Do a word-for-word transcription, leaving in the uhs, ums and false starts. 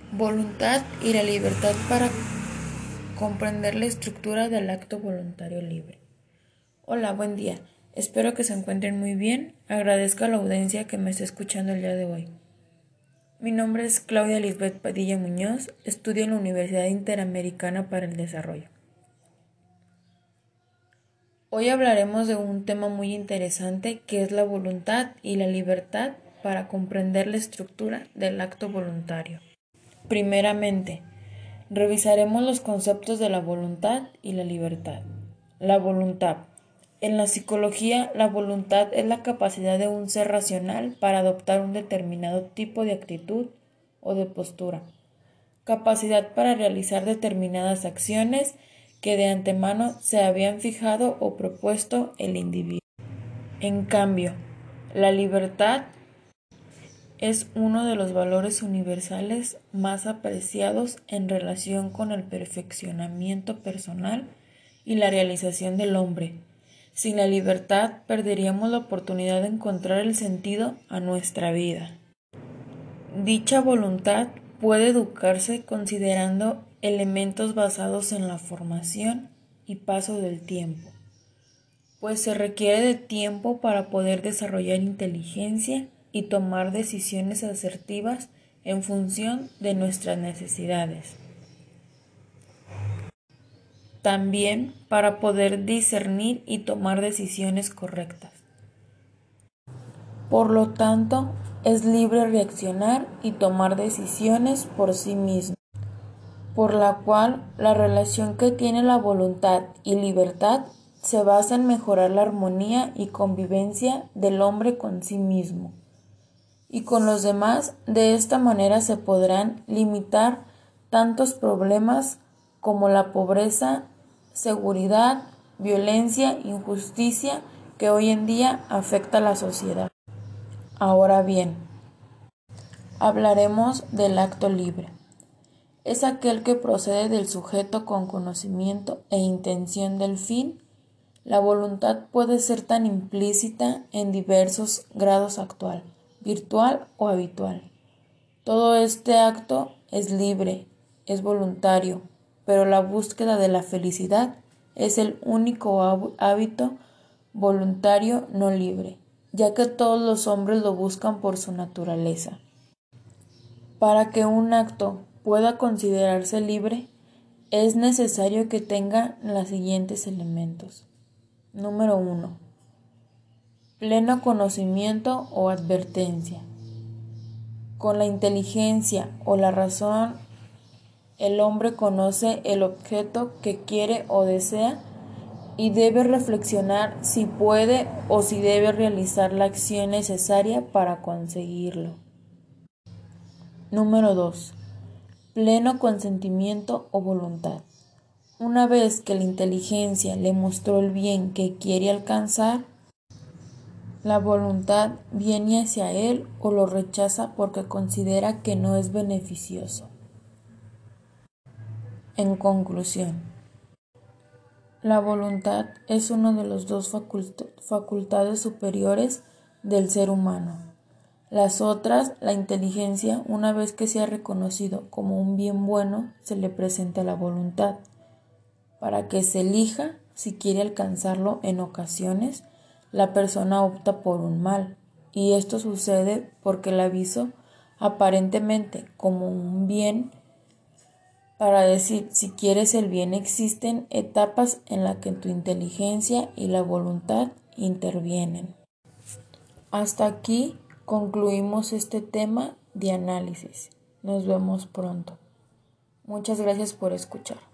Voluntad y la libertad para comprender la estructura del acto voluntario libre. Hola, buen día. Espero que se encuentren muy bien. Agradezco a la audiencia que me esté escuchando el día de hoy. Mi nombre es Claudia Lisbeth Padilla Muñoz. Estudio en la Universidad Interamericana para el Desarrollo. Hoy hablaremos de un tema muy interesante que es la voluntad y la libertad para comprender la estructura del acto voluntario. Primeramente, revisaremos los conceptos de la voluntad y la libertad. La voluntad. En la psicología, la voluntad es la capacidad de un ser racional para adoptar un determinado tipo de actitud o de postura. Capacidad para realizar determinadas acciones que de antemano se habían fijado o propuesto el individuo. En cambio, la libertad es uno de los valores universales más apreciados en relación con el perfeccionamiento personal y la realización del hombre. Sin la libertad perderíamos la oportunidad de encontrar el sentido a nuestra vida. Dicha voluntad puede educarse considerando elementos basados en la formación y paso del tiempo, pues se requiere de tiempo para poder desarrollar inteligencia y tomar decisiones asertivas en función de nuestras necesidades. También para poder discernir y tomar decisiones correctas. Por lo tanto, es libre reaccionar y tomar decisiones por sí mismo, por la cual la relación que tiene la voluntad y libertad se basa en mejorar la armonía y convivencia del hombre con sí mismo y con los demás. De esta manera se podrán limitar tantos problemas como la pobreza, seguridad, violencia, injusticia que hoy en día afecta a la sociedad. Ahora bien, hablaremos del acto libre. Es aquel que procede del sujeto con conocimiento e intención del fin. La voluntad puede ser tan implícita en diversos grados actual, virtual o habitual. Todo este acto es libre, es voluntario, pero la búsqueda de la felicidad es el único hábito voluntario no libre, ya que todos los hombres lo buscan por su naturaleza. Para que un acto pueda considerarse libre, es necesario que tenga los siguientes elementos. Número uno. Pleno conocimiento o advertencia. Con la inteligencia o la razón, el hombre conoce el objeto que quiere o desea y debe reflexionar si puede o si debe realizar la acción necesaria para conseguirlo. Número dos. Pleno consentimiento o voluntad. Una vez que la inteligencia le mostró el bien que quiere alcanzar, la voluntad viene hacia él o lo rechaza porque considera que no es beneficioso. En conclusión, la voluntad es uno de los dos faculta- facultades superiores del ser humano. Las otras, la inteligencia, una vez que sea reconocido como un bien bueno, se le presenta la voluntad, para que se elija si quiere alcanzarlo. En ocasiones, la persona opta por un mal, y esto sucede porque el aviso aparentemente como un bien. Para decir si quieres el bien, existen etapas en las que tu inteligencia y la voluntad intervienen. Hasta aquí concluimos este tema de análisis. Nos vemos pronto. Muchas gracias por escuchar.